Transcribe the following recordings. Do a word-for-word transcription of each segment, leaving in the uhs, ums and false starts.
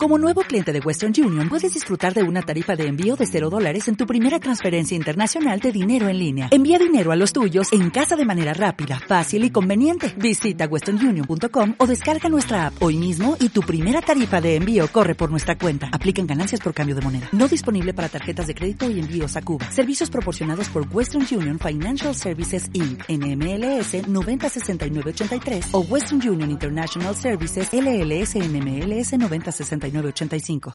Como nuevo cliente de Western Union, puedes disfrutar de una tarifa de envío de cero dólares en tu primera transferencia internacional de dinero en línea. Envía dinero a los tuyos en casa de manera rápida, fácil y conveniente. Visita western union punto com o descarga nuestra app hoy mismo y tu primera tarifa de envío corre por nuestra cuenta. Aplican ganancias por cambio de moneda. No disponible para tarjetas de crédito y envíos a Cuba. Servicios proporcionados por Western Union Financial Services incorporated. N M L S noventa sesenta y nueve ochenta y tres o Western Union International Services L L S N M L S noventa sesenta y nueve ochenta y cinco.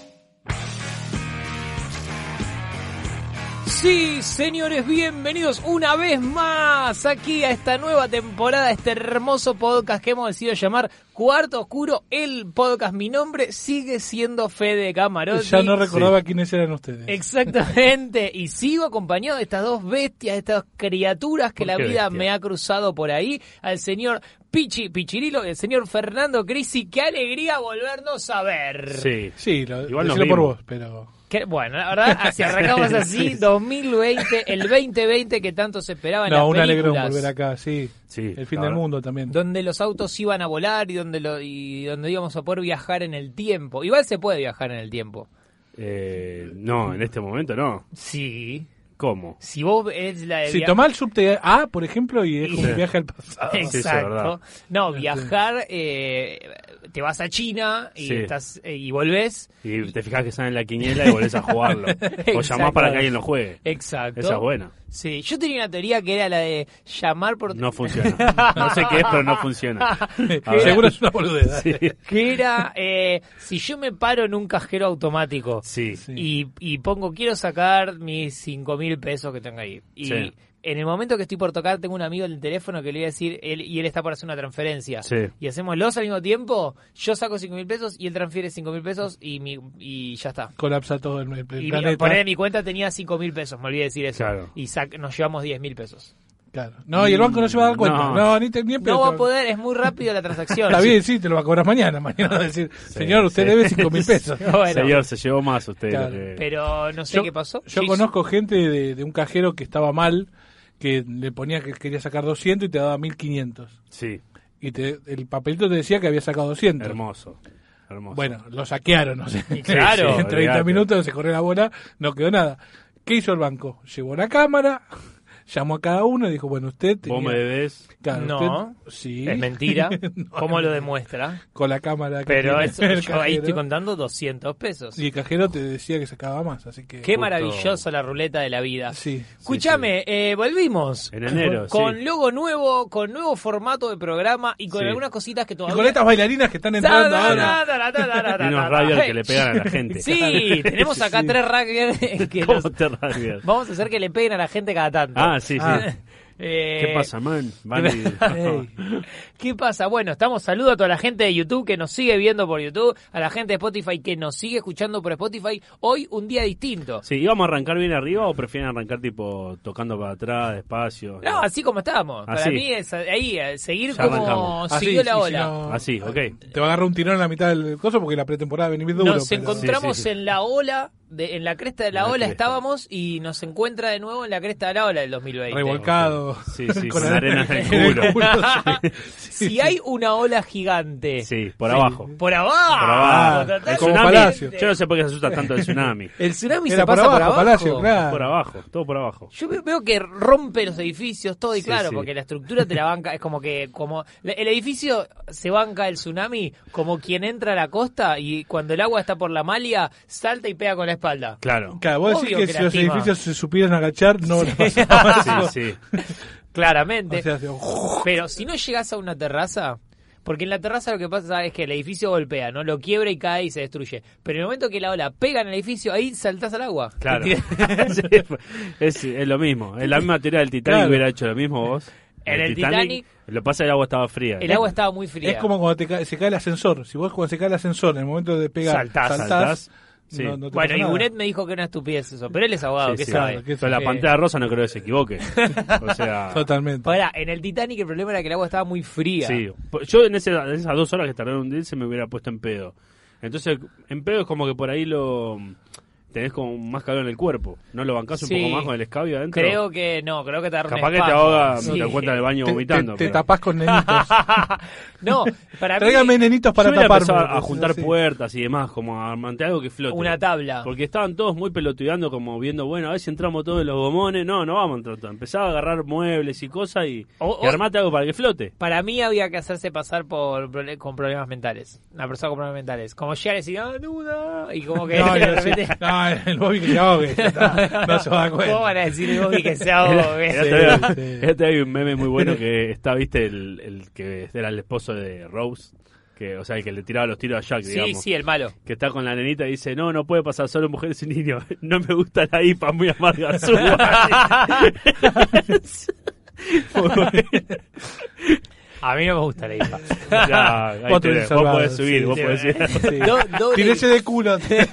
Sí, señores, bienvenidos una vez más aquí a esta nueva temporada, a este hermoso podcast que hemos decidido llamar Cuarto Oscuro, el podcast. Mi nombre sigue siendo Fede Camarotti. Ya no recordaba sí. quiénes eran ustedes. Exactamente, y sigo acompañado de estas dos bestias, de estas criaturas que la vida bestia? me ha cruzado por ahí, al señor Pichi Pichirilo y el señor Fernando Crisi. ¡Qué alegría volvernos a ver! Sí, sí, lo, igual no por vos, pero... Que, bueno, la verdad, así arrancamos así, dos mil veinte, el veinte veinte que tanto se esperaba en no, las películas. No, un alegrón volver acá, sí, sí el fin claro. del mundo también. Donde los autos iban a volar y donde lo, y donde íbamos a poder viajar en el tiempo. Igual se puede viajar en el tiempo. Eh, no, en este momento no. Sí. ¿Cómo? Si vos es la de si via- tomás el subte A, por ejemplo, y es como un viaje al pasado. Exacto. Sí, no, viajar, eh, te vas a China y sí. estás eh, y volvés. Y te fijas que sale en la quiniela y volvés a jugarlo. O llamás para que alguien lo juegue. Exacto. Esa es buena. Sí, yo tenía una teoría que era la de llamar por... No funciona. No sé qué es, pero no funciona. Seguro es una boludez. Sí. Que era, eh, si yo me paro en un cajero automático sí. y, y pongo, quiero sacar mis cinco mil pesos que tengo ahí. Y sí. en el momento que estoy por tocar, tengo un amigo en el teléfono que le voy a decir, él, y él está por hacer una transferencia. Sí. Y hacemos los al mismo tiempo, yo saco cinco mil pesos y él transfiere cinco mil pesos y, mi, y ya está. Colapsa todo el, el y planeta. Poner en mi cuenta tenía cinco mil pesos, me olvidé decir eso. Claro. Y sac- nos llevamos diez mil pesos. Claro. No, y el banco no se va a dar cuenta. No, no ni, te, ni No va a poder, es muy rápido la transacción. Está bien, sí, te lo va a cobrar mañana. Mañana va a decir, sí, señor, usted sí. debe cinco mil pesos. Bueno. Señor, se llevó más usted. Claro. Que... Pero no sé yo, qué pasó. Yo sí. conozco gente de, de un cajero que estaba mal, que le ponía que quería sacar doscientos y te daba mil quinientos. Sí. Y te, el papelito te decía que había sacado doscientos. Hermoso. Hermoso. Bueno, lo saquearon, no sé. Claro. En treinta minutos se corrió la bola, no quedó nada. ¿Qué hizo el banco? Llevó la cámara, llamó a cada uno y dijo, bueno, usted... Tenía... ¿Vos me debes? Claro, no, usted... sí. Es mentira. no, ¿Cómo lo demuestra? Con la cámara que Pero eso, yo cajero. Ahí estoy contando doscientos pesos. Y el cajero te decía que sacaba más, así que... Qué Justo... maravillosa la ruleta de la vida. Sí. Escúchame, sí, sí. Eh, volvimos. En enero, Con sí. logo nuevo, con nuevo formato de programa y con sí. algunas cositas que todavía... Y con estas bailarinas que están entrando da, ahora. Da, da, da, da, da, da, y unos radios que le pegan a la gente. Sí, tenemos acá sí. tres radios que ¿Cómo los... te radios? Vamos a hacer que le peguen a la gente cada tanto. Ah, sí, sí. Ah. Eh, ¿Qué pasa, man? Hey. ¿Qué pasa? Bueno, estamos saludo a toda la gente de YouTube que nos sigue viendo por YouTube, a la gente de Spotify que nos sigue escuchando por Spotify. Hoy un día distinto. Sí, ¿íbamos a arrancar bien arriba o prefieren arrancar tipo tocando para atrás, despacio? No, así como estábamos. Así. Para mí es ahí, seguir ya como arrancamos. siguió así, la sí, ola. Si no, así, ok. Te va a agarrar un tirón en la mitad del coso porque la pretemporada viene duro. Nos pero... encontramos sí, sí, sí. en la ola, de, en la cresta de la, la ola cresta. estábamos y nos encuentra de nuevo en la cresta de la ola del dos mil veinte. Revolcado. Sí, sí, con, con arena en el culo. culo sí. Si sí, hay una ola gigante. Sí, por abajo. Sí. Por abajo. Por abajo. Ah, como Palacio. Yo no sé por qué se asusta tanto el tsunami. El tsunami Era se pasa por abajo, por abajo. Palacio, claro. Por abajo, todo por abajo. Yo veo que rompe los edificios, todo, y sí, claro, sí. porque la estructura te la banca, es como que, como el edificio se banca el tsunami como quien entra a la costa y cuando el agua está por la malia, salta y pega con la espalda. Claro. Claro, vos decís que, que si los edificios se supieran agachar, no sí. les pasaba. Sí, sí. Claramente. O sea, oh. Pero si no llegás a una terraza, porque en la terraza lo que pasa es que el edificio golpea, ¿no? Lo quiebra y cae y se destruye. Pero en el momento que la ola pega en el edificio, ahí saltás al agua. Claro. sí, es, es lo mismo. Es la misma teoría del Titanic, claro. Hubiera hecho lo mismo vos. En el, el Titanic, Titanic, lo que pasa es que el agua estaba fría. El agua estaba muy fría. Es como cuando te cae, se cae el ascensor. Si vos cuando se cae el ascensor, en el momento de pegar, saltás. saltás, saltás sí. no, no te bueno, y nada. Bunet me dijo que era una estupidez eso, pero él es abogado, sí, ¿qué sí, sabe? Claro, pero la Pantera Rosa no creo que se equivoque. O sea, totalmente. Ahora, en el Titanic el problema era que el agua estaba muy fría. Sí, yo en, ese, en esas dos horas que tardé en hundirse me hubiera puesto en pedo. Entonces, en pedo es como que por ahí lo... tenés como más calor en el cuerpo. ¿No lo bancás un Sí. poco más con el escabio adentro? Creo que no, creo que te agarra un Capaz que te espasmo. ahoga, Sí. te encuentras en el baño Te, vomitando. te, te pero- tapás con nenitos. No, para mí Tráigame nenitos para Yo hubiera taparme. empezado a pues, juntar sí. puertas y demás, como a mantener algo que flote. una tabla. Porque estaban todos muy pelotudeando, como viendo, bueno, a ver si entramos todos en los gomones. No, no vamos a entrar todos. Empezaba a agarrar muebles y cosas y, O- y o- armate algo para que flote. Para mí había que hacerse pasar por prole- con problemas mentales. Una persona con problemas mentales. Como llegar y decir, ah, duda. Y como que No, de no, sí. repente... No, el Bobby que se ahogue. ya está. No se va a dar cuenta. ¿Cómo van a decir el Bobby que se ahogue? Era- Sí, era- sí. Este hay un meme muy bueno que está, viste, el, el que era el esposo de Rose, que, o sea, el que le tiraba los tiros a Jack, Sí, digamos. sí, el malo. Que está con la nenita y dice, no, no puede pasar solo mujeres y niños. No me gusta la I P A, muy amarga su. Muy bueno. A mí no me gusta la I P A. Ya, ahí Vos tenés, tenés vos salvado, podés subir, sí, vos sí. podés ir. Sí. Do- doble- Tírese de culo.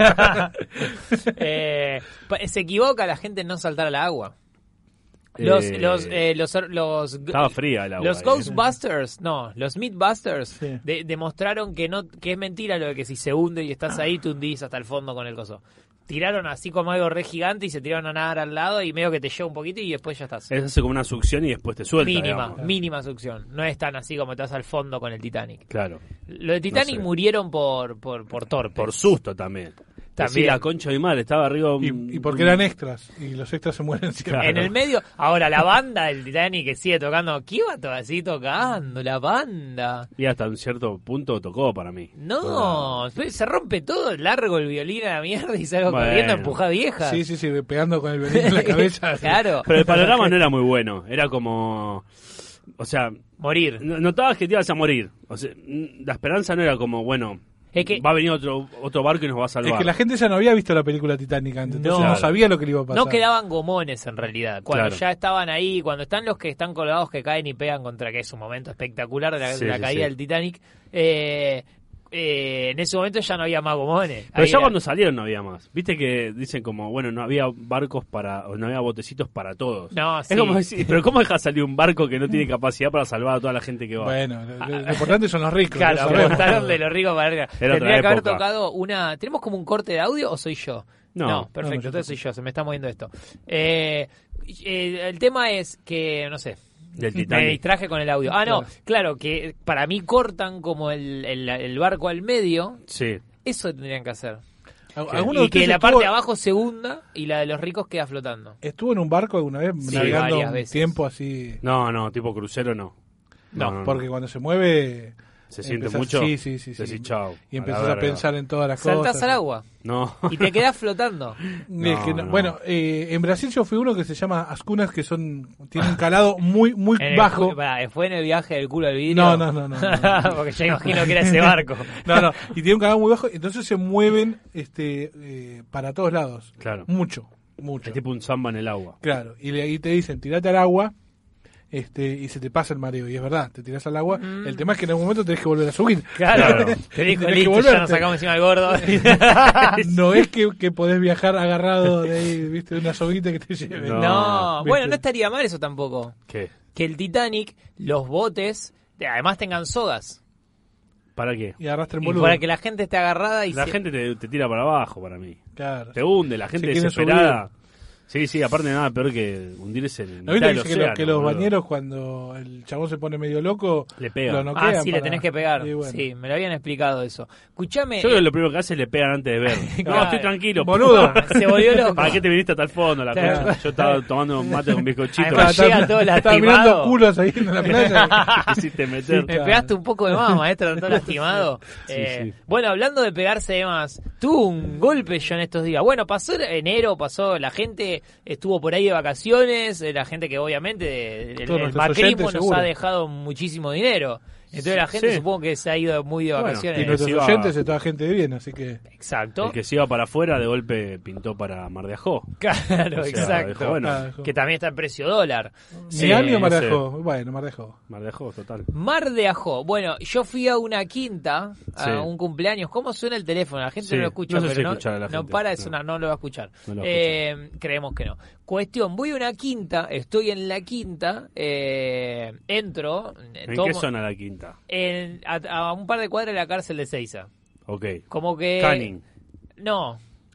Eh, pa- se equivoca la gente en no saltar al agua. Los, Eh, los, eh, los, los, Estaba fría el agua. los eh. Ghostbusters, no, los Mythbusters Sí. de- demostraron que no que es mentira lo de que si se hunde y estás ahí te hundís hasta el fondo con el coso. Tiraron así como algo re gigante y se tiraron a nadar al lado y medio que te lleva un poquito y después ya estás. Eso hace como una succión y después te suelta. Mínima, digamos. mínima succión. No es tan así como estás al fondo con el Titanic. Claro. Lo de Titanic No sé. murieron por, por, por torpes. Por susto también. También. Sí, la concha de mi madre estaba arriba. Y, un- y porque eran extras. Y los extras se mueren siempre. Claro. En el medio, ahora la banda del Titanic que sigue tocando, ¿qué iba todo así tocando? La banda. Y hasta un cierto punto tocó para mí. No, se rompe todo, largo el violín a la mierda y salgo Bueno. corriendo a empujar viejas. Sí, sí, sí, pegando con el veneno en la cabeza. Claro, Pero el panorama no era muy bueno. Era como. O sea, morir. no- notabas que te ibas a morir. O sea, mm, la esperanza no era como, bueno, Es que va a venir otro otro barco y nos va a salvar. Es que la gente ya no había visto la película Titanic antes, entonces No. no, sabía lo que le iba a pasar. no quedaban gomones en realidad. Cuando Claro. ya estaban ahí, cuando están los que están colgados que caen y pegan contra, que es un momento espectacular de la, Sí, la sí, caída sí. del Titanic, eh, eh, en ese momento ya no había más gomones. Pero Ahí ya era- cuando salieron no había más. Viste que dicen como, bueno, no había barcos para, o no había botecitos para todos. No, es sí. como decir, pero ¿cómo deja salir un barco que no tiene capacidad para salvar a toda la gente que va? Bueno, lo, lo- lo importante son los ricos. Claro, lo sabemos. apostaron de los ricos para arriba. Era Tendría otra que haber época. tocado una... ¿Tenemos como un corte de audio o soy yo? No. perfecto, No, no, yo entonces soy tampoco. yo, se me está moviendo esto. Eh, eh, el tema es que, no sé, Del me Titanic. distraje con el audio. Ah, no, Claro. claro, que para mí cortan como el, el, el barco al medio, Sí. eso tendrían que hacer. ¿Alguno de Y que ustedes la estuvo, parte de abajo se hunda y la de los ricos queda flotando. estuvo en un barco alguna vez Sí, navegando varias un veces. tiempo así? No, no, tipo crucero no. No, Porque cuando se mueve... ¿Se siente empezás- mucho? Sí, sí, sí. sí. Decís, chau, Y a la empezás a, verga. pensar en todas las saltás cosas. al agua No. y te quedás flotando. Y es que No, no- no. Bueno, eh, en Brasil yo fui uno que se llama Ascunas, que son tienen un calado muy muy En el bajo. cu- pará, ¿fue en el viaje del culo al vidrio? No, no, no, no, no. Porque ya imagino que era ese barco. No, no, y tiene un calado muy bajo, entonces se mueven este eh, para todos lados. Claro. Mucho, mucho. Es tipo un samba en el agua. Claro, y de ahí te dicen, tirate al agua, este y se te pasa el mareo. Y es verdad, te tirás al agua. Mm. El tema es que en algún momento tenés que volver a subir. Claro. Claro. Te dijo, Tenés que listo, ya volverte. nos sacamos encima del gordo. No es que, que podés viajar agarrado de ahí, viste, de una soguita que te lleve. No. No, ¿viste? bueno, no estaría mal eso tampoco. ¿Qué? Que el Titanic, los botes, además tengan sogas. ¿Para qué? Y arrastren Y boludo. para que la gente esté agarrada y La se- gente te, te tira para abajo para mí. Claro. Te hunde, la gente Se quieren desesperada. Sí, sí, aparte de nada peor que hundirse en el ¿No mitad viste del que, dice que, lo- océano, que los boludo? bañeros cuando el chabón se pone medio loco Le pegan. lo noquean Ah, sí, le para- tenés que pegar. Y bueno. Sí, me lo habían explicado eso. Escuchame, Yo creo que lo primero que hace es le pegan antes de ver. No, Claro. estoy tranquilo. Boludo. se volvió loco. ¿Para qué te viniste hasta el fondo? La Claro. cosa? Yo estaba tomando un mate con bizcochito. Además, Estaba- llega todo estaba lastimado. mirando culos ahí en la playa. Quisiste meter. Me pegaste un poco de más, maestro, todo lastimado. Sí, Eh, sí. Bueno, hablando de pegarse de más, tuvo un golpe yo en estos días. Bueno, pasó enero, pasó, la gente estuvo por ahí de vacaciones, eh, la gente que obviamente el, Todos el nuestros macrismo oyentes, nos seguro. ha dejado muchísimo dinero. Entonces la gente Sí. supongo que se ha ido muy de Bueno, vacaciones. Y nuestros Sí, va. oyentes es toda gente de bien, así que... Exacto. El que se iba para afuera de golpe pintó para Mar de Ajó. Claro, O sea, exacto. dijo, bueno, Ah, Que también está en precio dólar. Sí, ¿Miami o no sé. Mardejo? Bueno, Mardejo. Mar de Ajó, total. Mar de Ajó. Bueno, yo fui a una quinta, a Sí. un cumpleaños. ¿Cómo suena el teléfono? La gente Sí, no lo escucha, no sé si pero no, escuchar a la no gente, para de no. sonar, no lo va a escuchar. No lo va a Eh, creemos que no. Cuestión, voy a una quinta, estoy en la quinta, eh, entro, ¿En tomo- qué zona la quinta? en- a, a un par de cuadras de la cárcel de Seiza. Ok. Como que... Canning. No,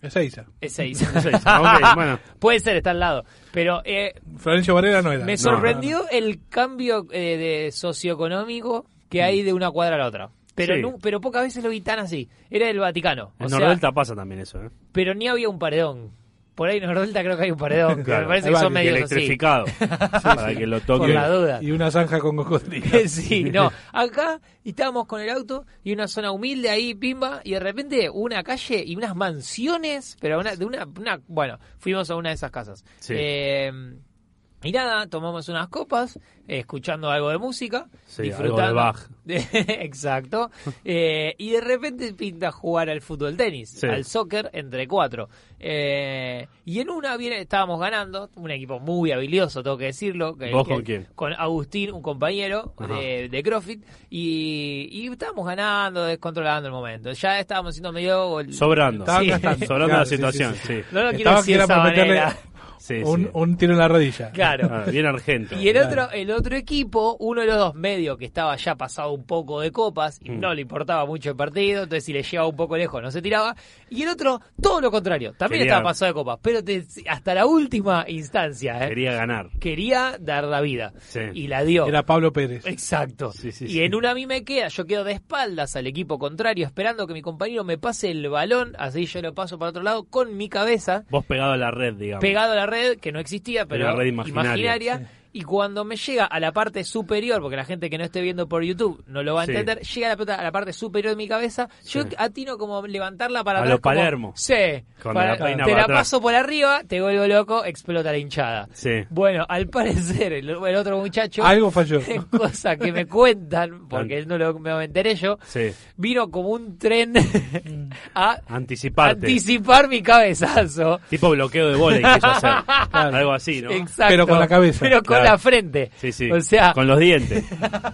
Ezeiza. Ezeiza. Okay, bueno. Puede ser, está al lado. Pero eh, Florencio Varela no era. me sorprendió no, no, no. el cambio eh, de socioeconómico que hay de una cuadra a la otra. Pero sí. no, pero pocas veces lo vi tan así. Era del Vaticano. En Nordelta pasa también eso, ¿eh? Pero ni había un paredón. Por ahí en Nordelta creo que hay un paredón. Claro, me parece que son medios electrificado. Así. Sí, para sí. que lo toque. Por la duda. Y una zanja con cocodrilos. Sí, no. Acá estábamos con el auto y una zona humilde ahí, pimba, y de repente una calle y unas mansiones, pero una, de una, una... Bueno, fuimos a una de esas casas. Sí. Eh... Y nada, tomamos unas copas, eh, escuchando algo de música, sí, disfrutando. Algo de Bach. Exacto. Eh, y de repente pinta jugar al fútbol tenis, sí. al soccer entre cuatro. Eh, y en una viene, estábamos ganando, un equipo muy habilidoso, tengo que decirlo. Que, ¿Vos que, con quién? Con Agustín, un compañero de, de CrossFit. Y, y estábamos ganando, descontrolando el momento. Ya estábamos siendo medio... Sobrando. Sí. Sobrando claro, la situación, sí. sí, sí. No lo quiero decir de esa manera. Sí, un, sí. un tiro en la rodilla. Claro. Ah, bien argento. Y el otro, el otro equipo, uno de los dos medio que estaba ya pasado un poco de copas y mm. no le importaba mucho el partido, entonces si le llevaba un poco lejos no se tiraba. Y el otro, todo lo contrario, también Quería... estaba pasado de copas, pero te, hasta la última instancia. ¿eh? Quería ganar. Quería dar la vida. Sí. Y la dio. Era Pablo Pérez. Exacto. Sí, sí, y sí. en una a mí me queda, yo quedo de espaldas al equipo contrario, esperando que mi compañero me pase el balón, así yo lo paso para otro lado, con mi cabeza. Vos pegado a la red, digamos. Pegado a la red, que no existía, pero una red imaginaria, imaginaria sí. Y cuando me llega a la parte superior, porque la gente que no esté viendo por YouTube no lo va a sí. entender, llega la pelota a la parte superior de mi cabeza, sí. yo atino como levantarla para a atrás. lo Palermo. Como, sí, para, la te la atrás. paso por arriba, te vuelvo loco, explota la hinchada. Sí. Bueno, al parecer el, el otro muchacho, algo falló. Cosa que me cuentan, porque no lo, me enteré yo, sí. vino como un tren a Anticiparte. anticipar mi cabezazo. Tipo bloqueo de vóley quiso hacer. Claro. Algo así, ¿no? Exacto. Pero con la cabeza. Pero con claro. la frente. Sí, sí. O sea, con los dientes.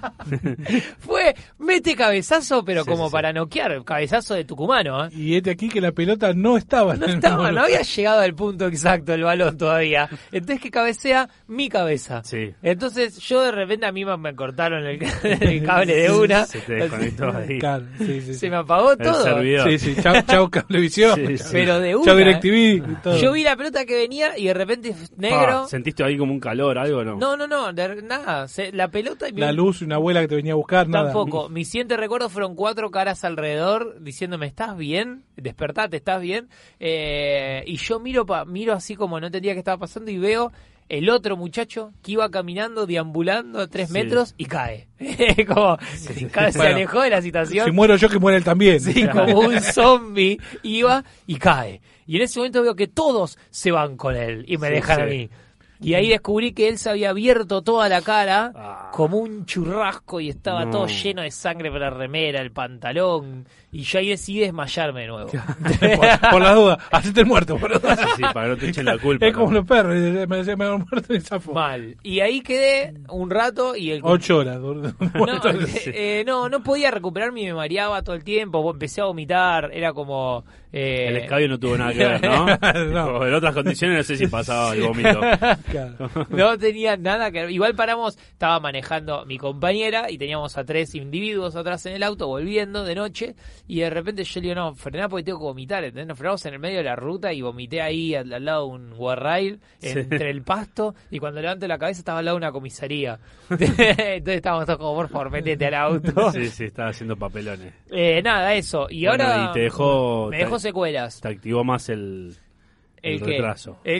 Fue mete cabezazo, pero sí, como sí, para sí. noquear, cabezazo de tucumano. ¿eh? Y este aquí que la pelota no estaba. No estaba, no había llegado al punto exacto del balón todavía. Entonces que cabecea mi cabeza. Sí. Entonces yo de repente a mí me cortaron el, el cable de una. Se te desconectó ahí. Claro, sí, sí, se sí. me apagó el todo. Servidor. Sí, sí, chau, chau Cablevisión. Sí, sí. Pero de una. Chau DirecTV. Todo. Yo vi la pelota que venía y de repente negro. Ah, ¿sentiste ahí como un calor, algo no? No, no, no, de, nada. Se, la pelota y la mi, luz, una abuela que te venía a buscar, nada. Tampoco. Mis siguientes recuerdos fueron cuatro caras alrededor diciéndome, ¿estás bien? Despertate, ¿estás bien? Eh, y yo miro pa, miro así como no entendía qué estaba pasando y veo el otro muchacho que iba caminando, deambulando a tres sí. metros y cae. Como sí. cae, se bueno, alejó de la situación. Si muero yo, que muere él también. Sí, como un zombie iba y cae. Y en ese momento veo que todos se van con él y me sí, dejan sí. a mí. Y ahí descubrí que él se había abierto toda la cara ah. como un churrasco y estaba no. todo lleno de sangre por la remera, el pantalón. Y yo ahí decidí desmayarme de nuevo. por, por la duda, hacete el muerto. Por sí, sí, para que no te echen la culpa. Es como los perros, me decían, me han muerto y zafo. Mal. Y ahí quedé un rato y el... Ocho horas. No, eh, no, no podía recuperarme y me mareaba todo el tiempo. Empecé a vomitar, era como... Eh... El escabio no tuvo nada que ver, ¿no? no. En otras condiciones no sé si pasaba el vómito. Claro. No tenía nada que ver. Igual paramos, estaba manejando mi compañera y teníamos a tres individuos atrás en el auto volviendo de noche y de repente yo le digo, no, frená porque tengo que vomitar, ¿entendés? Nos frenamos en el medio de la ruta y vomité ahí al, al lado de un guarrail entre sí. el pasto y cuando levanto la cabeza estaba al lado de una comisaría. Entonces estábamos todos como, por favor, metete al auto. Sí, sí, estaba haciendo papelones. Eh, nada, eso. Y bueno, ahora y te dejó, me dejó te, secuelas. Te activó más el... El, el retraso. ¿El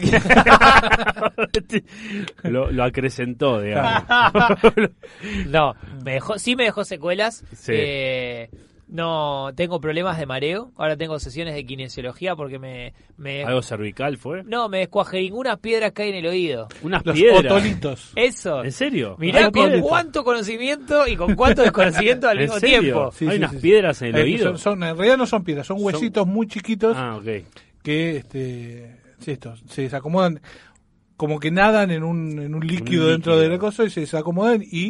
lo, lo acrecentó, digamos. No, me dejó, sí me dejó secuelas. Sí. Eh, no, tengo problemas de mareo. Ahora tengo sesiones de kinesiología porque me... me ¿Algo cervical fue? No, me descuajerín unas piedras que hay en el oído. ¿Unas Los piedras? otolitos. Eso. ¿En serio? Mirá con piedras. Cuánto conocimiento y con cuánto desconocimiento al mismo serio? tiempo. Sí, ¿hay sí, unas sí, piedras en el eh, oído? Son, son, en realidad no son piedras, son huesitos son... muy chiquitos. Ah, ok. Que este, sí, estos, se desacomodan, como que nadan en un, en un líquido, un líquido dentro del coso y se desacomodan y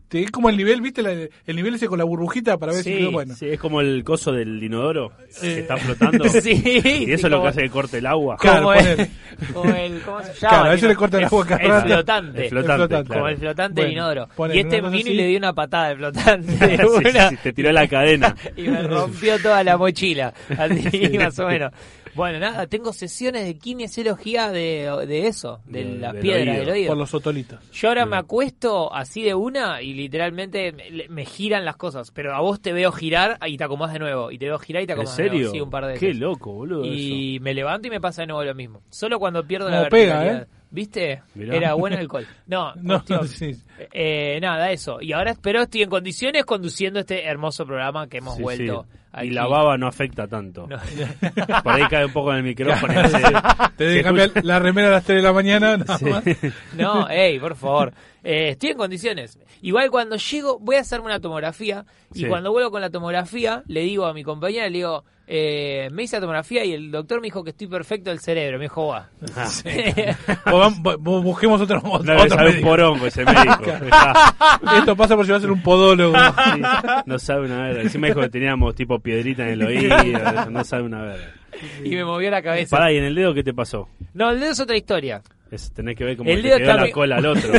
te es como el nivel, ¿viste? La, el nivel ese con la burbujita para ver Sí, si quedó bueno. Sí, es como el coso del inodoro Eh. que está flotando. Sí. Y eso es lo Como- que hace que corte el agua. Claro, como, el, ponele. como el, ¿cómo se llama? Claro, a eso Que le no- corta el agua cada el rato. flotante. El flotante, flotante. claro. Como el flotante Bueno, de inodoro. ponele, Y este una cosa vino y así. le dio una patada de flotante. de Sí, una, sí, te tiró la cadena. y me rompió toda la mochila. Así más o menos. Bueno, nada, tengo sesiones de kinesiología de, de eso, de, De- las del piedras oído. del oído. Por los otolitos. Yo ahora me acuesto así de una y literalmente me, me giran las cosas. Pero a vos te veo girar y te acomodás de nuevo. Y te veo girar y te ¿En acomodás de nuevo. serio? Sí, un par de Qué veces. loco, boludo. Y me levanto y me pasa de nuevo lo mismo. Solo cuando pierdo la Como pega, verticalidad. ¿eh? ¿Viste? Mirá. Era bueno el alcohol. No, No, cuestión, sí. eh, nada, eso. Y ahora espero estoy en condiciones conduciendo este hermoso programa que hemos Sí, vuelto. sí. aquí. Y la baba no afecta tanto. No. Por ahí cae un poco en el micrófono. y se- Te debe se cambiar escucha- la remera a las tres de la mañana. Nada Sí. más. No, ey, por favor. Eh, estoy en condiciones. Igual cuando llego, voy a hacerme una tomografía. Y Sí. cuando vuelvo con la tomografía, le digo a mi compañera, le digo, eh, me hice la tomografía y el doctor me dijo que estoy perfecto del cerebro. Me dijo, va. Ah. O vamos- bu- bu- busquemos otro, otro, No debe otro saber un médico. porongo ese médico. Está- Esto pasa por si va a ser un podólogo. sí, no sabe una verga. Encima dijo que teníamos tipo piedrita en el oído. No sabe una verga. y me movió la cabeza. Pará, ¿y en el dedo qué te pasó? No, el dedo es otra historia. Es, tenés que ver cómo El le dedo quedó la está- cola al otro.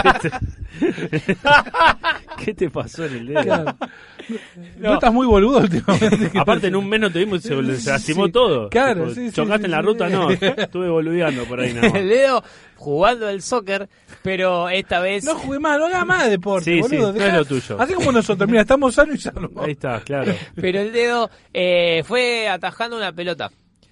¿Qué te pasó en el dedo? Claro. No. estás muy boludo últimamente. Aparte en un mes no te vimos y se, se lastimó Sí, todo. claro, Tipo, sí, sí, chocaste sí, en la sí. ruta, no. Estuve boludeando por ahí nada más. El dedo jugando al soccer, pero esta vez... No jugué más, no hagas más de deporte, Sí, sí, boludo. no Dejá- es lo tuyo. Así como nosotros, mira, estamos sanos y sanos. Ahí está, claro. Pero el dedo eh, fue atajando una pelota.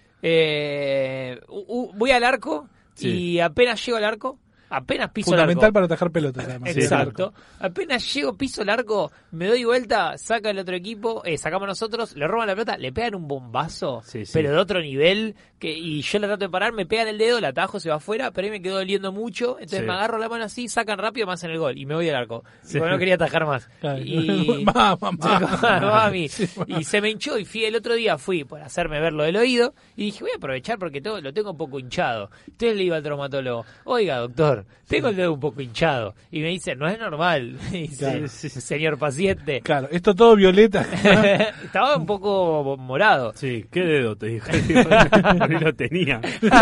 Eh, u- u- voy al arco Sí. y apenas llego al arco, apenas piso Fundamental el arco. para atajar pelotas, además. Sí, Exacto. Apenas llego, piso el arco, me doy vuelta, saca el otro equipo, eh, sacamos nosotros, le roban la pelota, le pegan un bombazo, Sí, sí. pero de otro nivel, que y yo la trato de parar, me pegan el dedo, la atajo, se va afuera, pero ahí me quedó doliendo mucho, entonces Sí. me agarro la mano así, sacan rápido, me hacen el gol y me voy al arco. Sí. Porque no quería atajar más. Claro. Y... Mamá, mamá. Mami. Sí, mamá. Y se me hinchó y fui el otro día, fui por hacerme ver lo del oído y dije, voy a aprovechar porque todo, lo tengo un poco hinchado. Entonces le digo al traumatólogo, oiga doctor, tengo el dedo un poco hinchado. Y me dice, no es normal. Y dice, Claro. señor paciente. Claro, esto todo violeta. Estaba un poco morado. Sí, ¿qué dedo te dijo? Ni lo tenía.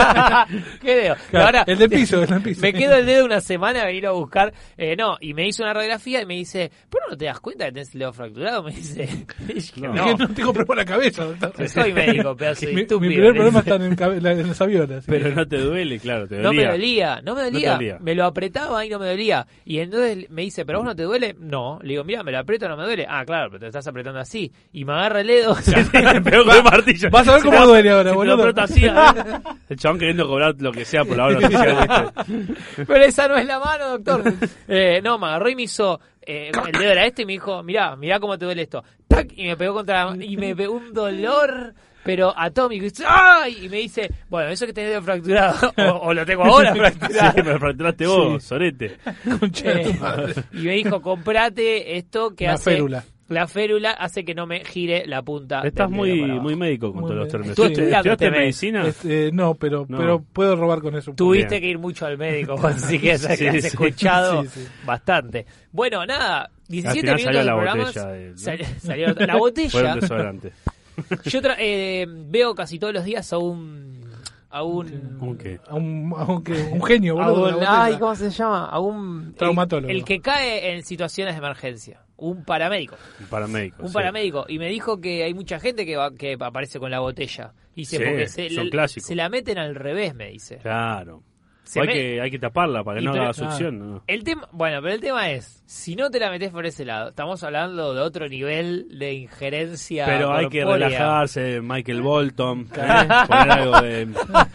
¿Qué dedo? Claro, Ahora, el del piso, el del piso. me quedo el dedo una semana a venir a buscar. Eh, no, y me hizo una radiografía y me dice, ¿pero no te das cuenta que tenés el dedo fracturado? Me dice, y dije, No. no, Es que no tengo problema en la cabeza, doctor. no soy médico, pedazo de Mi, mi estúpido. primer Le problema dice. está en, cabe- la- en los aviones. así Pero que- no te duele, claro, te No me dolía. dolía, no me No te dolía. dolía. Me lo apretaba y no me dolía. Y entonces me dice, ¿pero a vos no te duele? No. Le digo, mira, me lo aprieto, no me duele. Ah, claro, pero te estás apretando así. Y me agarra el dedo. Pero con el martillo. Vas a ver Si cómo te- duele ahora, si te boludo. lo aprieto así, ¿eh? El chabón queriendo cobrar lo que sea por la obra social. ¿viste? Pero esa no es la mano, doctor. Eh, no, me agarró y me hizo... eh, el dedo era este y me dijo, mirá, mirá cómo te duele esto. ¡Tac! Y me pegó contra la... Y me pegó un dolor... Pero atómico. Y dice, ¡ay! Y me dice, bueno, eso que tenés dedo fracturado. O, o lo tengo ahora fracturado. Sí, me lo fracturaste vos, Sí. sorete. Concha de tu Eh, madre. y me dijo, comprate esto que La hace... férula. La férula hace que no me gire la punta. Estás del muy dedo para abajo. muy médico con Muy todos los bien. términos. Tú ¿Estudiaste estudiándote, me- medicina? Este, no, pero, No. pero puedo robar con eso. un poco. Tuviste Bien. que ir mucho al médico, así que has, Sí, has sí. escuchado Sí, sí. bastante. Bueno, nada, diecisiete Al minutos final salió de la programa. botella de- ¿no? Sal- salió la Fue botella. un desodorante. Yo tra- eh, veo casi todos los días a un... A un... ¿Cómo qué? A un, a un, que- un genio, a boludo. un- de la botella. ay, ¿cómo se llama? A un... Traumatólogo. El, el que cae en situaciones de emergencia. Un paramédico. Un paramédico. Un sí. paramédico. Y me dijo que hay mucha gente que, va, que aparece con la botella. Dice, Sí, porque se, son la- clásicos. se la meten al revés, me dice. Claro. Se hay, me- que, hay que taparla para que Y no pero- haga succión. ¿no? El tema, bueno, pero el tema es, si no te la metes por ese lado, estamos hablando de otro nivel de injerencia. Pero hay que corpórea. relajarse, Michael Bolton. ¿eh? Poner algo de...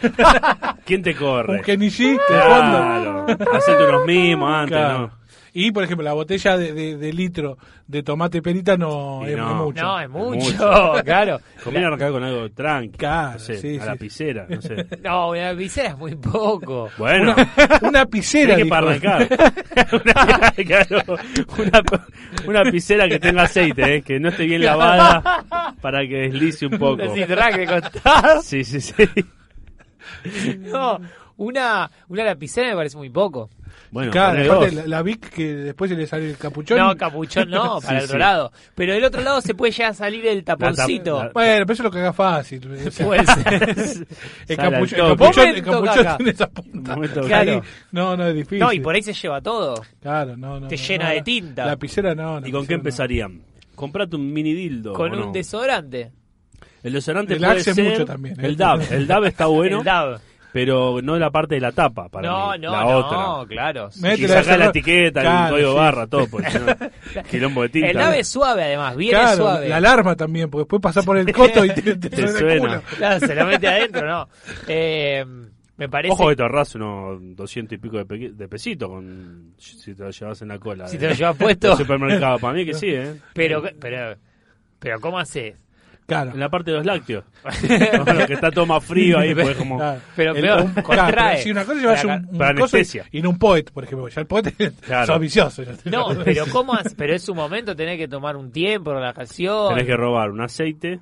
¿Quién te corre? Un Kenny G, de fondo. Claro. Hacerte unos mimos antes, Claro. ¿no? Y, por ejemplo, la botella de, de, de litro de tomate perita no, Y es, no. es mucho. No, es mucho, mucho. claro. Conviene arrancar con algo tranqui. Claro, no sé, sí, a sí. la piscera, no sé. No, una visera es muy poco. Bueno, Una, una piscera. tiene que dijo. para arrancar. una, claro, una, una piscera que tenga aceite, ¿eh? Que no esté bien lavada para que deslice un poco. Decís, "Drag, ¿me contás?". Sí, sí, sí. No, una, una lapicera me parece muy poco. Bueno, Claro, ponés aparte dos. la, la Vic que después se le sale el capuchón. No, capuchón no, para Sí, el otro sí. lado. Pero del otro lado se puede ya salir el taponcito. La tap- Bueno, pero eso lo caga fácil. O sea, Puede ser. el, Sale capuchón, al el toque. capuchón, el Momento, capuchón caca. tiene esa punta. Momento, Claro. Ahí, no, no es difícil. No, y por ahí se lleva todo. Claro, no, no. Te no, llena no, de la- tinta. La lapicera no. la ¿Y con qué lapicera no. empezarían? Comprate un mini dildo. Con ¿o un no? desodorante. El desodorante El puede Axe es ser mucho también, ¿eh? el D A B. El D A B está bueno, El Dab. pero no la parte de la tapa para No, mí, no, la no, otra. claro. Y Métela sacar la esa- etiqueta, Claro, el código sí. barra, todo, porque si no, quilombo de tinta. El Dab es suave además, viene Claro, suave. la alarma también, porque después pasar por el coto y te, te, Te suena el suena. culo. Claro, se lo mete adentro, ¿no? Eh, me parece... Ojo que te ahorras unos doscientos y pico de, pe- de pesito con, si te lo llevas en la cola. Si de- te lo llevas del puesto. supermercado, para mí que sí, ¿eh? Pero, pero, pero, ¿cómo haces? Claro. En la parte de los lácteos. Bueno, que está todo más frío ahí, pues como... Claro. Pero El- peor, un- contrae. claro, pero si una cosa es llevarse Para un, acá. un Para coso y, anestesia. y no un poet, por ejemplo. Ya el poet es Claro. vicioso. No, pero ¿cómo haces? Pero es un momento, tenés que tomar un tiempo, relajación. Tenés que robar un aceite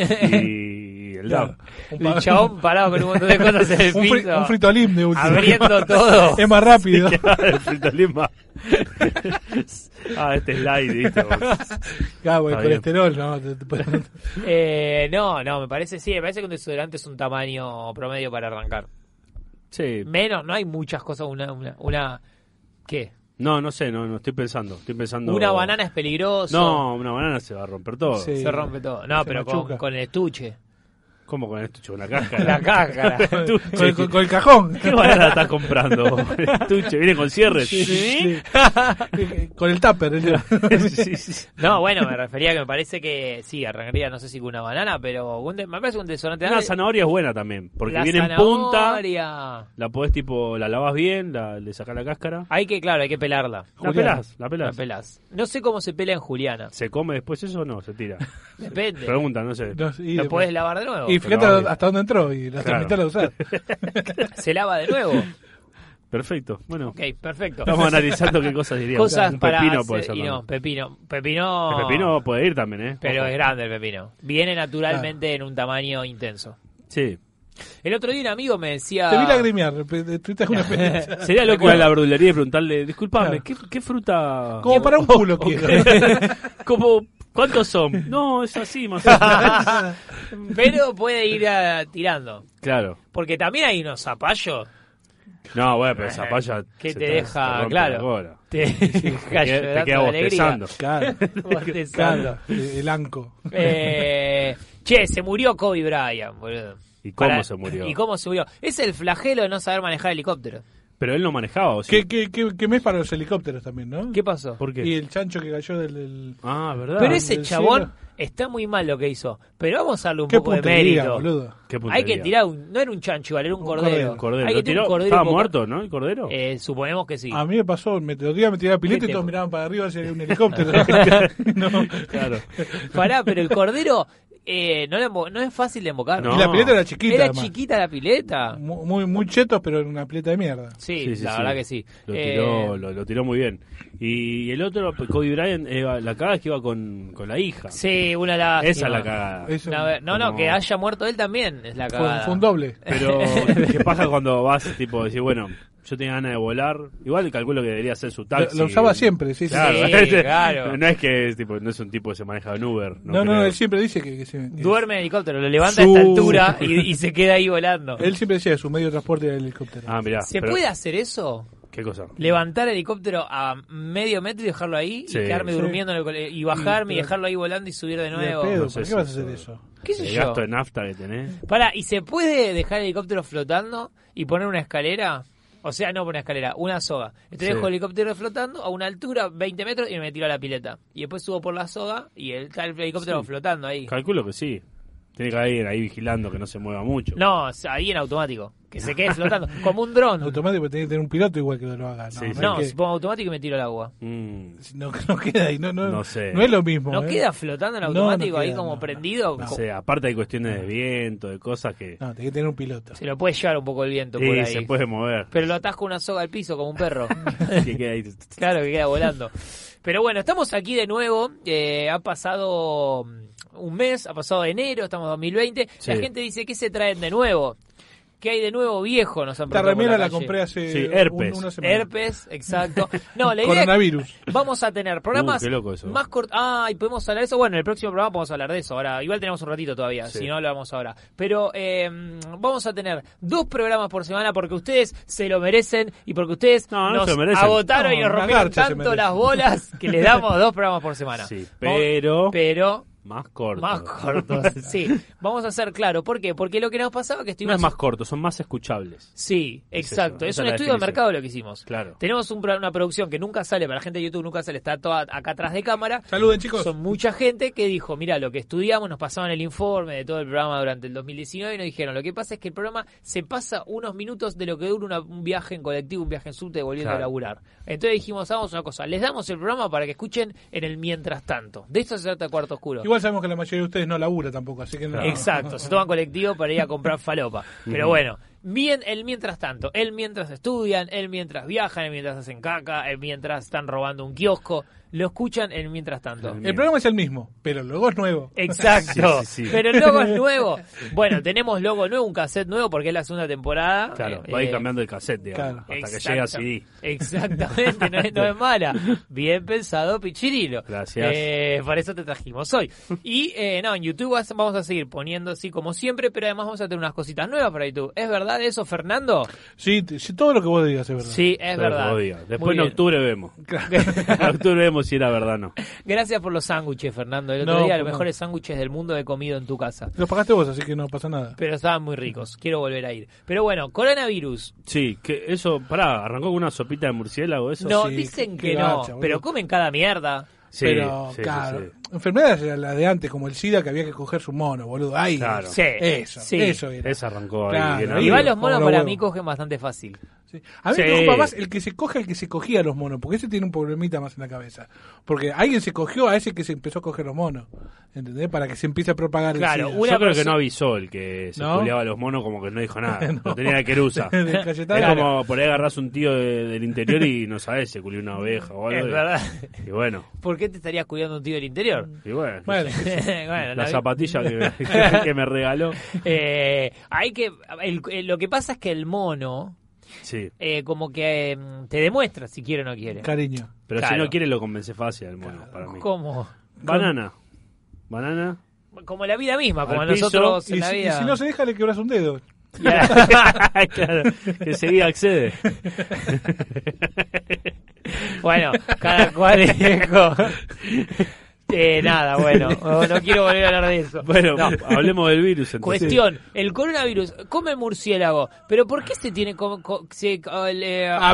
y el D A B. Un, El chabón parado con un montón de cosas en el un, fri- piso. un fritolim de último. Abriendo todo. Es más rápido. El frito lima. Ah, este slide, ¿viste? Claro, el Está bien. colesterol, no. te- te puede- Eh, no, no, me parece, sí, me parece que un desodorante es un tamaño promedio para arrancar. Sí. Menos, no hay muchas cosas, una, una, una ¿qué? No, no sé, no, no estoy pensando. Estoy pensando... Una banana es peligroso. No, una banana se va a romper todo. Sí. Se rompe todo. No, Se pero con, machuca. con el estuche. ¿Cómo con esto? Chico? Una cáscara. La cáscara. Tú, con, el- con- con el cajón. ¿Qué banana estás comprando? Estuche, viene con cierres. Sí, sí. Con el tupper. el- Sí, sí. No, bueno, me refería que me parece que sí, arrancaría, no sé si con una banana, pero un de- me parece un desodorante. Una Dale, zanahoria es buena también, porque la viene en punta, zanahoria. la podés tipo, la lavas bien, la, le sacás la cáscara. Hay que, claro, hay que pelarla. La Juliana. pelás, la La pelás. pelás. No sé cómo se pela en Juliana. ¿Se come después eso o no? Se tira. Depende. Pregunta, no sé. No, y ¿Lo después- podés lavar de nuevo? Y fíjate Pero vale. hasta dónde entró y la Claro. mitad la usás. Se lava de nuevo. Perfecto. Bueno, Ok, perfecto. estamos analizando qué cosas diríamos. Cosas Un para pepino hacer- puede ser. y no, también. pepino. Pepino. El pepino puede ir también, ¿eh? Pero Ojo. es grande el pepino. Viene naturalmente en un tamaño intenso. Sí. El otro día un amigo me decía... Te vi lagrimear. Tuviste alguna experiencia. Sería loco ir a la verdulería y preguntarle, disculpame, Claro. ¿qué, qué fruta...? Como para un culo quiero. Como, ¿cuántos son? No, es así más o menos. Pero puede ir a- tirando. Claro. Porque también hay unos zapallos No, bueno, pero esa paya... que se te deja, rompe claro. la cola. Te deja Te queda, te llorando queda de alegría. bostezando. Claro. Bostezando. Claro. El, el anco. Eh, che, se murió Kobe Bryant, boludo. ¿Y cómo Para- se murió? ¿Y cómo se murió? Es el flagelo de no saber manejar helicóptero. Pero él no manejaba, ¿o sí? ¿Qué, qué, qué, qué mes para los helicópteros también, no? ¿Qué pasó? ¿Por qué? Y el chancho que cayó del... del- Ah, ¿verdad? Pero ese del chabón cielo. está muy mal lo que hizo. Pero vamos a darle un ¿Qué poco de puntería, mérito. boludo? ¿Qué Hay puntería? que tirar un... No era un chancho, igual, era un, Un cordero. cordero. Un cordero. Hay ¿Lo que tirar tiró? un cordero ¿Estaba poco- muerto, no, el cordero? Eh, suponemos que sí. A mí me pasó, me, los días me tiré la pileta Vete, y todos po. miraban para arriba si había un helicóptero. no. Claro. Pará, pero el cordero eh, no, le embo- no es fácil de embocar. No. Y la pileta era chiquita, Era además. chiquita la pileta. Mu- Muy, muy chetos, pero en una pileta de mierda. Sí, Sí, sí, la sí. verdad que sí. Lo Eh, tiró, lo, lo tiró muy bien. Y el otro, Kobe Bryant, eh, la cagada es que iba con, con la hija. Sí, una lástima. Esa es la cagada. Eso- Una vez- no, no, Como- que haya muerto él también es la Fue, cagada. fue un doble. Pero, ¿qué pasa cuando vas, tipo, decir, bueno, yo tenía ganas de volar? Igual calculo que debería ser su Lo, taxi. lo usaba siempre, sí, sí. Claro, Sí, claro. No es que tipo, no es un tipo que se maneja en Uber. No, no, creo. él siempre dice que... que se- que- Duerme en helicóptero, lo levanta Su- a esta altura y, y se queda ahí volando. Él siempre decía que su medio de transporte era el helicóptero. Ah, mirá. ¿Se pero- puede hacer eso? ¿Qué cosa? Levantar el helicóptero a medio metro y dejarlo ahí Sí. y quedarme Sí. durmiendo en el cole- y bajarme y pero- dejarlo ahí volando y subir de Ni de nuevo. pedo, No sé ¿por si qué vas a eso- hacer eso? ¿Qué sé El yo? gasto de nafta que tenés. Pará, ¿y se puede dejar el helicóptero flotando y poner una escalera? O sea, no una escalera, una soga. Entonces Sí. dejo el helicóptero flotando a una altura, veinte metros, y me tiro a la pileta. Y después subo por la soga y el, está el helicóptero Sí. flotando ahí. Calculo que sí. Tiene que ir ahí vigilando que no se mueva mucho. No, ahí en automático. Que se quede flotando, como un dron. Automático tiene que tener un piloto igual que lo haga. No, Sí, no, sí. No, es si que- pongo automático y me tiro al agua. Mm. no, no queda ahí. No, no, No sé. no es lo mismo. ¿No ¿eh? queda flotando en No, no automático ahí queda, como no, prendido? no. No Co- sé, aparte hay cuestiones de viento, de cosas que... No, tiene que tener un piloto. Se lo puede llevar un poco el viento por Sí, ahí. se puede mover. Pero lo atas con una soga al piso como un perro. Que queda ahí. Claro que queda volando. Pero bueno, estamos aquí de nuevo. Eh, ha pasado mm, un mes, ha pasado enero, estamos en dos mil veinte. Sí. La gente dice, ¿qué se traen de nuevo? ¿Qué hay de nuevo viejo? Nos han Esta preguntado por remera la la calle. compré hace Sí, herpes. un- una semana. Herpes, exacto. No, la idea Coronavirus. es que vamos a tener programas Uh, qué loco eso. más cortos. Ah, y podemos hablar de eso. Bueno, en el próximo programa podemos hablar de eso. Ahora, igual tenemos un ratito todavía, Sí. si no hablamos ahora. Pero eh, vamos a tener dos programas por semana porque ustedes se lo merecen y porque ustedes No, no nos se lo merecen. agotaron y No, nos una rompieron garcha se tanto merece. las bolas que les damos dos programas por semana. Sí, Vamos- pero... Pero Más corto. más cortos, sí. Vamos a hacer claro. ¿Por qué? Porque lo que nos pasaba es que No estuvimos... es más corto, son más escuchables. Sí, Es exacto. eso, Es esa un es la estudio de definición. mercado lo que hicimos. Claro. Tenemos un pro- una producción que nunca sale, para la gente de YouTube nunca sale, está toda acá atrás de cámara. Saluden, chicos. Son mucha gente que dijo, mira, lo que estudiamos, nos pasaban el informe de todo el programa durante el dos mil diecinueve y nos dijeron, lo que pasa es que el programa se pasa unos minutos de lo que dura una- un viaje en colectivo, un viaje en subte volviendo Claro. a laburar. Entonces dijimos, hagamos una cosa, les damos el programa para que escuchen en el mientras tanto. De esto se trata Cuarto Oscuro. Igual sabemos que la mayoría de ustedes no labura tampoco, así que no. Exacto, se toman colectivo para ir a comprar falopa. Pero bueno, bien, el mientras tanto, el mientras estudian, el mientras viajan, el mientras hacen caca, el mientras están robando un kiosco, lo escuchan el mientras tanto. El programa es el mismo, pero el logo es nuevo. Exacto, Sí, sí, sí. pero el logo es nuevo. Bueno, tenemos logo nuevo, un cassette nuevo porque es la segunda temporada. Claro, Eh, va a ir eh, cambiando el cassette, digamos, claro. hasta que llegue a exacta- C D. Exactamente, no es, no es mala. Bien pensado, Pichirilo. Gracias. Eh, por eso te trajimos hoy. Y eh, no, en YouTube vas- vamos a seguir poniendo así como siempre, pero además vamos a tener unas cositas nuevas para YouTube. ¿Es verdad eso, Fernando? Sí, t- sí, todo lo que vos digas es verdad. Sí, es Todo lo que verdad. vos digas. Muy Después en bien. octubre vemos. En octubre vemos si era verdad o no. Gracias por los sándwiches, Fernando. El otro No, día los no. mejores sándwiches del mundo he comido en tu casa. Los pagaste vos, así que no pasa nada. Pero estaban muy ricos. Quiero volver a ir. Pero bueno, coronavirus. Sí, que eso, pará, arrancó con una sopita de murciélago, eso. No, sí, dicen qué que no, gacha, boludo. pero comen cada mierda. Sí, pero, sí, sí, claro, sí. enfermedades eran las de antes, como el SIDA, que había que coger su mono, boludo. Ay, Claro. Sí, eso, sí. eso era. Esa arrancó Claro, ahí. bien ahí arriba. Igual los como monos los para huevos. mí cogen bastante fácil. Sí. A mí Sí. me preocupa más el que se coge al que se cogía los monos, porque ese tiene un problemita más en la cabeza. Porque alguien se cogió a ese que se empezó a coger los monos, ¿entendés? Para que se empiece a propagar Claro, el SIDA. una Yo creo que persona- no avisó el que se ¿No? culeaba a los monos, como que no dijo nada. Lo tenía de querusa. De Es cachetada. como por ahí agarrás un tío de- del interior y no sabés, se culió una oveja o algo. Es y- verdad. Y bueno, ¿Por qué te estarías cuidando un tío del interior? y bueno. Bueno, Bueno, La vi- zapatilla que, que me regaló. Eh, hay que, el- el- lo que pasa es que el mono, Sí. eh, como que eh, te demuestra si quiere o no quiere. cariño. Pero Claro. si no quiere lo convence fácil al mono, para mí. ¿Cómo? Banana. Banana. Como la vida misma, como Al piso, nosotros en Y la si, y vida. si no se deja, le quebras un dedo. Claro, que seguía accede. Bueno, cada cual viejo. Eh, nada, bueno, no, no quiero volver a hablar de eso. Bueno, No. hablemos del virus entonces. Cuestión, el coronavirus come murciélago, pero ¿por qué se tiene co- co- se- co- el, eh, Ah,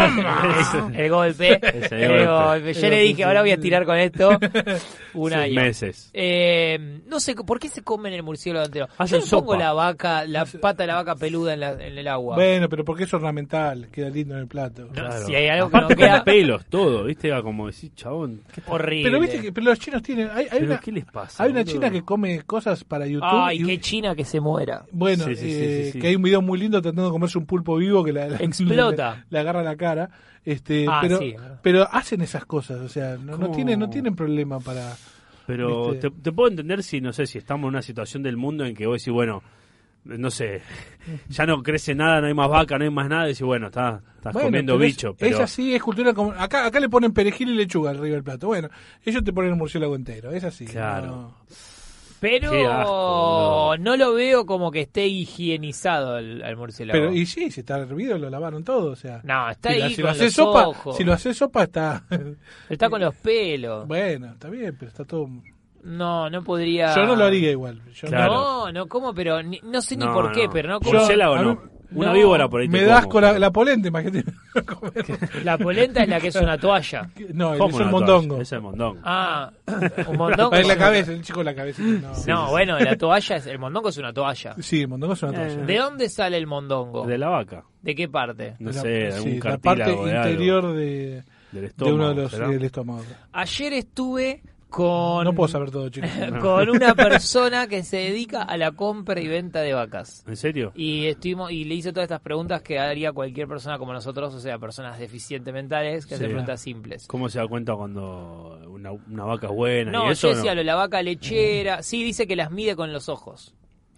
el golpe? Ese El golpe. golpe. Yo le dije, ahora voy a tirar con esto un Seis año. meses. Eh, no sé, ¿por qué se comen el murciélago entero? Yo Hacen le pongo sopa. la vaca, la pata de la vaca peluda en, la- en el agua. Bueno, pero porque es ornamental, queda lindo en el plato. No, Claro. si hay algo que no Aparte con queda pelos, todo, ¿viste? Era como decir, chabón, ¿qué, horrible. Pero viste que pero los chinos tienen. Hay, hay pero una, ¿qué les pasa? hay una boludo? china que come cosas para YouTube. Ay, y- qué china que se muera. Bueno, Sí, sí, sí, eh, sí, sí. que hay un video muy lindo tratando de comerse un pulpo vivo que la, la- Explota. le, le agarra la cara. Este, Ah, pero, sí. pero hacen esas cosas, o sea, no, no ¿Cómo? tienen, no tienen problema para. Pero ¿viste? te, te puedo entender si, no sé, si estamos en una situación del mundo en que vos decís, bueno, no sé, ya no crece nada, no hay más vaca, no hay más nada, y decís, bueno, estás, estás Bueno, comiendo pero es- bicho. Es, Pero así, es cultura como acá acá le ponen perejil y lechuga arriba del plato. Bueno, ellos te ponen el murciélago entero, es así. Claro. no. Pero Qué asco, boludo. no lo veo como que esté higienizado el, el murciélago. Pero y sí, si está hervido lo lavaron todo, o sea. No, está si, la- ahí si con lo haces los sopa, ojos. si lo haces sopa está Está con los pelos. bueno, está bien, pero está todo. No, no podría. Yo no lo haría igual. Yo Claro. No, no como, pero ni- no sé ni No, por qué, no. pero no Yo- como. murciélago a no. mí- Una no, víbora por ahí me te das como, con la, pero- la polenta, imagínate. La polenta es la que es una toalla. No, ¿Cómo es el una mondongo. toalla? Es el mondongo. Ah, un mondongo. En la cabeza, el chico en la cabeza. No, No, bueno, la toalla es. El mondongo es una toalla. Sí, el mondongo es una toalla. Eh. ¿De dónde sale el mondongo? De la vaca. ¿De qué parte? No La- sé, de sí, algún la parte cartílago de algo. interior de, Del de estómago. uno de los ¿será? del estómago. Ayer estuve con. No puedo saber todo, chicos. Con una persona que se dedica a la compra y venta de vacas. ¿En serio? Y estuvimos y le hice todas estas preguntas que haría cualquier persona como nosotros, o sea, personas deficientes mentales que Sí. hacen preguntas simples. ¿Cómo se da cuenta cuando una, una vaca es buena No, y eso? yo decía no? lo de la vaca lechera. Sí, dice que las mide con los ojos.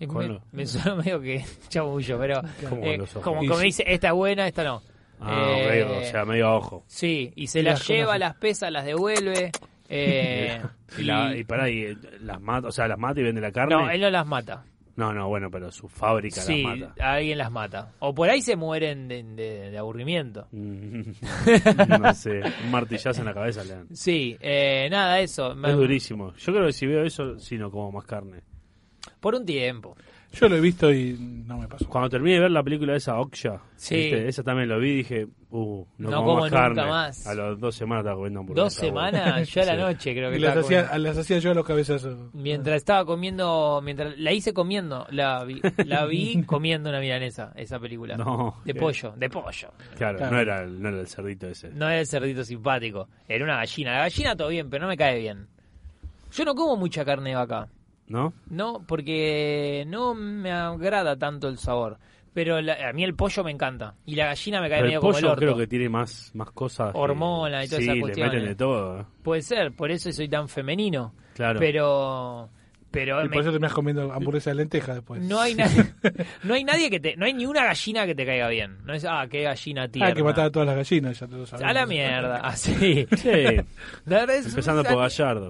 Me, me suena medio que chamullo, pero ¿Cómo eh, los ojos? como, como dice, esta es buena, esta no. Ah, Eh, ok, o sea, medio a ojo. Sí, y se Y las las lleva, conoce. las pesa, las devuelve. Eh, y, la, y pará, y eh, las mata, o sea, las mata y vende la carne. no, él no las mata. No, no, bueno, pero su fábrica Sí, las mata. alguien las mata. O por ahí se mueren de, de- de aburrimiento. Mm, no sé, un martillazo en la cabeza le dan. Sí, eh, nada, eso. Me- Es durísimo. Yo creo que si veo eso, sí no como más carne. Por un tiempo. Yo lo he visto y no me pasó. Cuando terminé de ver la película de esa Oksha, Sí. ¿viste? Esa también lo vi y dije, uh, no, No como, como más nunca carne. más. A las dos semanas estaba comiendo hamburguesa. Dos semanas, yo a la Sí. noche creo que Y las estaba hacía, comiendo. las hacía yo a los cabezazos. Mientras estaba comiendo, mientras la hice comiendo, la vi, la vi comiendo una milanesa, esa película. No, De ¿qué? pollo, de pollo. Claro, Claro. No, era, el- no era el cerdito ese. No era el cerdito simpático, era una gallina. La gallina todo bien, pero no me cae bien. Yo no como mucha carne de vaca, ¿No? no, porque no me agrada tanto el sabor. Pero la- a mí el pollo me encanta y la gallina me cae Pero el medio como el pollo orto. creo que tiene más, más cosas. que- Hormonas y todas sí, esas le cuestiones. meten de todo. ¿eh? Puede ser, por eso soy tan femenino. Claro. Pero, pero Y me- por eso terminas comiendo hamburguesa de lenteja después. no hay na- no hay nadie que te, no hay ni una gallina que te caiga bien. No es, ah, qué gallina Ah, tierna. hay que matar a todas las gallinas, ya te lo sabemos. A la mierda, así. Sí, La verdad es- empezando por Gallardo.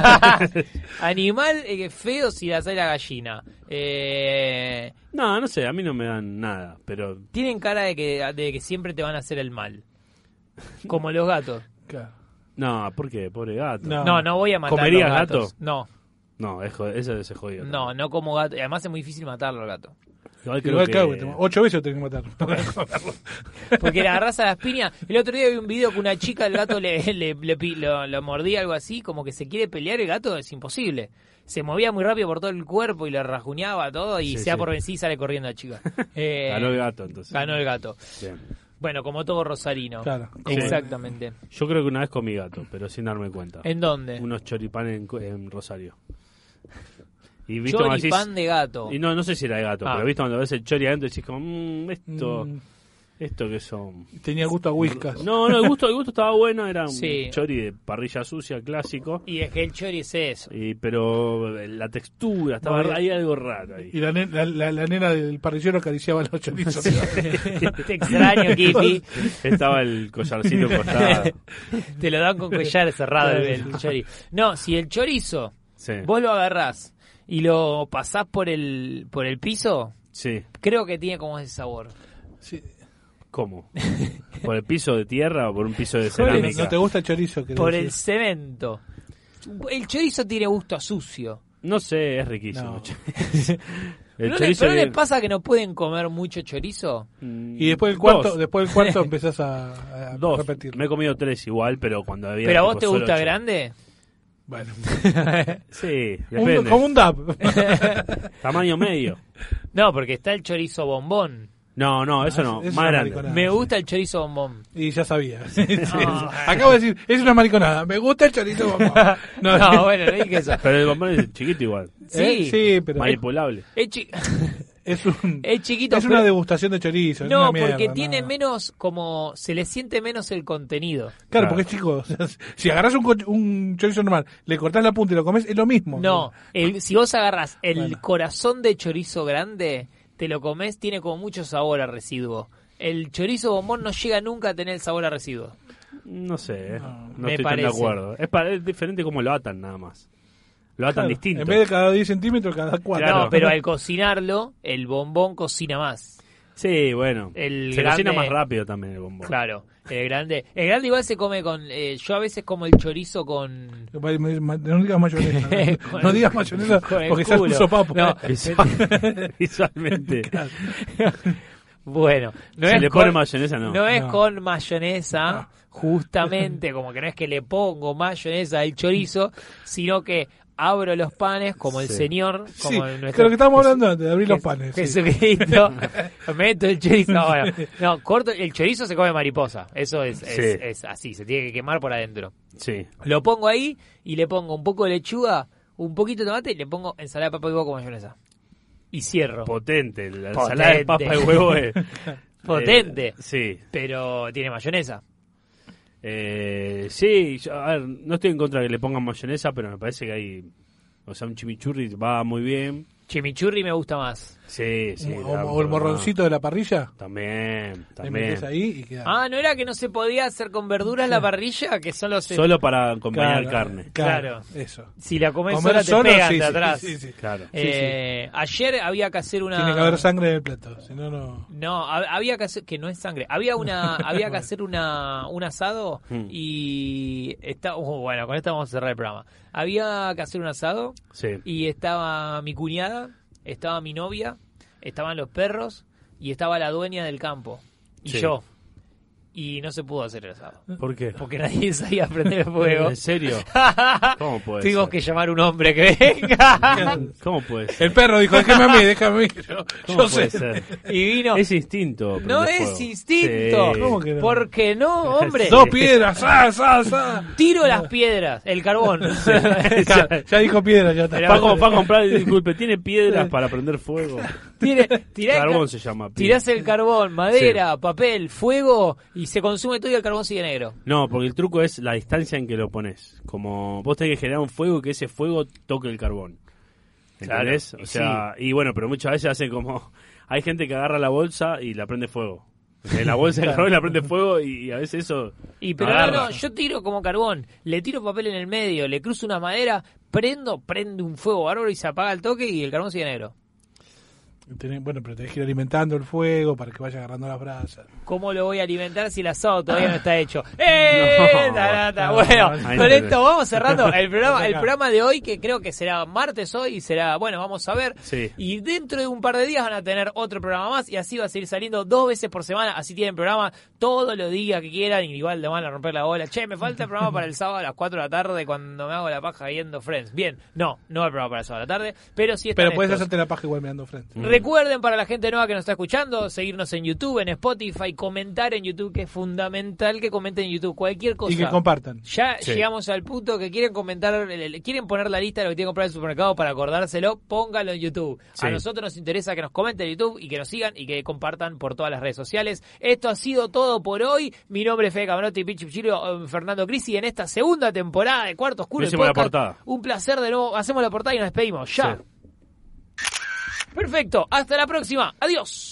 Animal eh, feo si la sale la gallina. Eh, No, no sé, a mí no me dan nada, pero tienen cara de que, de que siempre te van a hacer el mal. Como los gatos. Claro. no, ¿por qué? Pobre gato. No. No, no voy a matar ¿Comerías los gatos. gato? No, No, es jod- ese es jodido. no, también. no como gato. Y además es muy difícil matarlo al gato. Igual creo Igual que... que hago, te- ocho veces lo tengo que matar. Porque le agarrás a las piñas. El otro día vi un video que una chica, el gato le, le, le pi- lo, lo mordía algo así, como que se quiere pelear el gato, es imposible. Se movía muy rápido por todo el cuerpo y le rajuñaba todo y Sí, sea sí. por vencida y sale corriendo la chica. Eh, Ganó el gato, entonces. Ganó el gato. Bien. Bueno, como todo rosarino. Claro. Exactamente. Yo creo que una vez comí gato, pero sin darme cuenta. ¿En dónde? Unos choripanes en, co- en Rosario. Y viste cuando decís- Choripán de gato. Y no, no sé si era de gato, Ah. pero viste cuando ves el chori adentro y decís como, mmm, esto, Mm, esto que son... tenía gusto a whiskas. No, no, el gusto, el gusto estaba bueno, era un Sí. chori de parrilla sucia, clásico. Y es que el chori es eso. Y, pero la textura, estaba No, hay algo raro ahí. Y la, ne- la, la- la nena del parrillero acariciaba los chorizos. Te extraño, Kitty. Estaba el collarcito costado. Te lo dan con collar cerrado el, el chori. No, si el chorizo Sí, vos lo agarrás y lo pasás por el por el piso, sí. creo que tiene como ese sabor. Sí. ¿Cómo? ¿Por el piso de tierra o por un piso de ¿No, cerámica? no te gusta el chorizo? Que Por decís? el cemento. El chorizo tiene gusto a sucio. No sé, es riquísimo. No. El ¿No, le, chorizo pero ¿no que- les pasa que no pueden comer mucho chorizo? Mm, Y después del cuarto, dos. después del cuarto empezás a, a Dos. repetir. Me he comido tres igual, pero cuando había... ¿Pero a vos tipo te solo gusta ocho. grande? Bueno, Sí, un, depende. como un dab. Tamaño medio. No, porque está el chorizo bombón. No, no, eso Ah, no, eso es más una grande. mariconada. Me sí. gusta el chorizo bombón. Y ya sabía. Sí, sí. No. Acabo de decir, es una mariconada. Me gusta el chorizo. Mamá. No, No, bueno, no dije eso. Pero el bombón es chiquito igual. ¿Eh? Sí. Sí, pero Manipulable. Es, chi- es, un, es chiquito. es pero- una degustación de chorizo. es No, una mierda, porque no. tiene menos, como, se le siente menos el contenido. Claro, Claro. porque es chico. O sea, si agarras un, co- un chorizo normal, le cortás la punta y lo comes, es lo mismo. No, el, si vos agarras el Bueno. corazón de chorizo grande, te lo comes, tiene como mucho sabor a residuo. El chorizo bombón no llega nunca a tener el sabor a residuo. No sé, eh. no, Me estoy parece. tan de acuerdo. Es, pa- es diferente como lo atan nada más. Lo atan Claro, distinto. En vez de cada diez centímetros, cada cuatro. Claro. No, pero al cocinarlo, el bombón cocina más. Sí, bueno. El se grande- cocina más rápido también el bombón. Claro, el grande. El grande igual se come con... eh, yo a veces como el chorizo con... No digas mayonesa. No, Con no el- digas mayonesa con el porque sale un culo. sopapo. No. Visual- Visualmente. Bueno, no si es le con- pone mayonesa, no. No es No. con mayonesa, justamente, como que no es que le pongo mayonesa al chorizo, sino que abro los panes como el Sí. señor, Sí, como que nuestro lo que estábamos hablando antes, de abrir los Jes- panes. sí. Jesucristo, meto el chorizo. No, bueno, no, corto, el chorizo se come mariposa, eso es, es, Sí. es así, se tiene que quemar por adentro. Sí. Lo pongo ahí y le pongo un poco de lechuga, un poquito de tomate y le pongo ensalada de papa y huevo con mayonesa. Y cierro. Potente. La Potente. ensalada de papa y huevo es... Potente. eh, sí. Pero tiene mayonesa. Eh, sí, yo- a ver, no estoy en contra de que le pongan mayonesa, pero me parece que hay... O sea, un chimichurri va muy bien. Chimichurri me gusta más. Sí, sí. O, o el morroncito de la parrilla. También, Le también. metes ahí y queda. Ah, ¿no era que no se podía hacer con verduras la parrilla? Que solo se... Solo para acompañar Claro, carne. Claro, Claro. eso. Si la comes Comer sola te solo, pegan sí, de sí, atrás. sí, sí. Claro. Eh, ayer había que hacer una... Tiene que haber sangre en el plato, si no, no. No, hab- había que hacer, que no es sangre, había una, había que hacer una, un asado Hmm. y está, uh, bueno, con esto vamos a cerrar el programa. Había que hacer un asado Sí. y estaba mi cuñada, estaba mi novia, estaban los perros y estaba la dueña del campo y Sí. yo. Y no se pudo hacer el asado. ¿Por qué? Porque nadie sabía prender fuego. ¿En serio? ¿Cómo puede Tuvimos ser? que llamar a un hombre que venga. ¿Cómo puede ser? El perro dijo, déjame a mí, déjame a mí. Yo, ¿Cómo yo puede sé. ser? Y vino. Es instinto. No prender es fuego. instinto. Sí. ¿Cómo que no? ¿Por qué no, hombre? Dos piedras, sa, sa, sa. Tiro las piedras, el carbón. Ya, ya dijo piedra, ya está. Pero- Paco, para comprar, disculpe, ¿tiene piedras para prender fuego? Tire, tirá el Carbón ca- se llama. pibe. Tirás el carbón, madera, papel, fuego y se consume todo y el carbón sigue negro. No, porque el truco es la distancia en que lo pones. Como vos tenés que generar un fuego y que ese fuego toque el carbón. ¿Entendés? Claro, O sea, y bueno, pero muchas veces hacen como... Hay gente que agarra la bolsa y la prende fuego. En la bolsa de carbón la prende fuego y, y a veces eso... Y pero no, agarra. no, yo tiro como carbón, le tiro papel en el medio, le cruzo una madera, prendo, prende un fuego bárbaro y se apaga el toque y el carbón sigue negro. Tenés- Bueno, pero tenés que ir alimentando el fuego para que vaya agarrando las brasas. ¿Cómo lo voy a alimentar si el asado todavía no está hecho? ¡Eh! No, Ta, ta, ta. no, Bueno, no, ahí con no esto vamos cerrando el programa, el Acá. programa de hoy, que creo que será martes hoy, y será, bueno, vamos a ver. Sí. Y dentro de un par de días van a tener otro programa más, y así va a seguir saliendo dos veces por semana, así tienen programa todos los días que quieran, y igual le van a romper la bola. Che, me falta el programa para el sábado a las cuatro de la tarde cuando me hago la paja viendo Friends. Bien, no, no el programa para el sábado a la tarde, pero sí están Pero puedes estos. hacerte la paja igual mirando frente. Recuerden, para la gente nueva que nos está escuchando, seguirnos en YouTube, en Spotify, comentar en YouTube, que es fundamental que comenten en YouTube cualquier cosa. Y que compartan. Ya Sí. llegamos al punto que quieren comentar, el- el- quieren poner la lista de lo que tienen que comprar en el supermercado para acordárselo, pónganlo en YouTube. Sí. A nosotros nos interesa que nos comenten en YouTube y que nos sigan y que compartan por todas las redes sociales. Esto ha sido todo por hoy. Mi nombre es Fede Camarote y Pichi Pichilio, eh, Fernando Crisi, en esta segunda temporada de Cuarto Oscuro. el Hicimos la podcast. portada. Un placer de nuevo. Hacemos la portada y nos despedimos. Ya. Sí. Perfecto. Hasta la próxima. Adiós.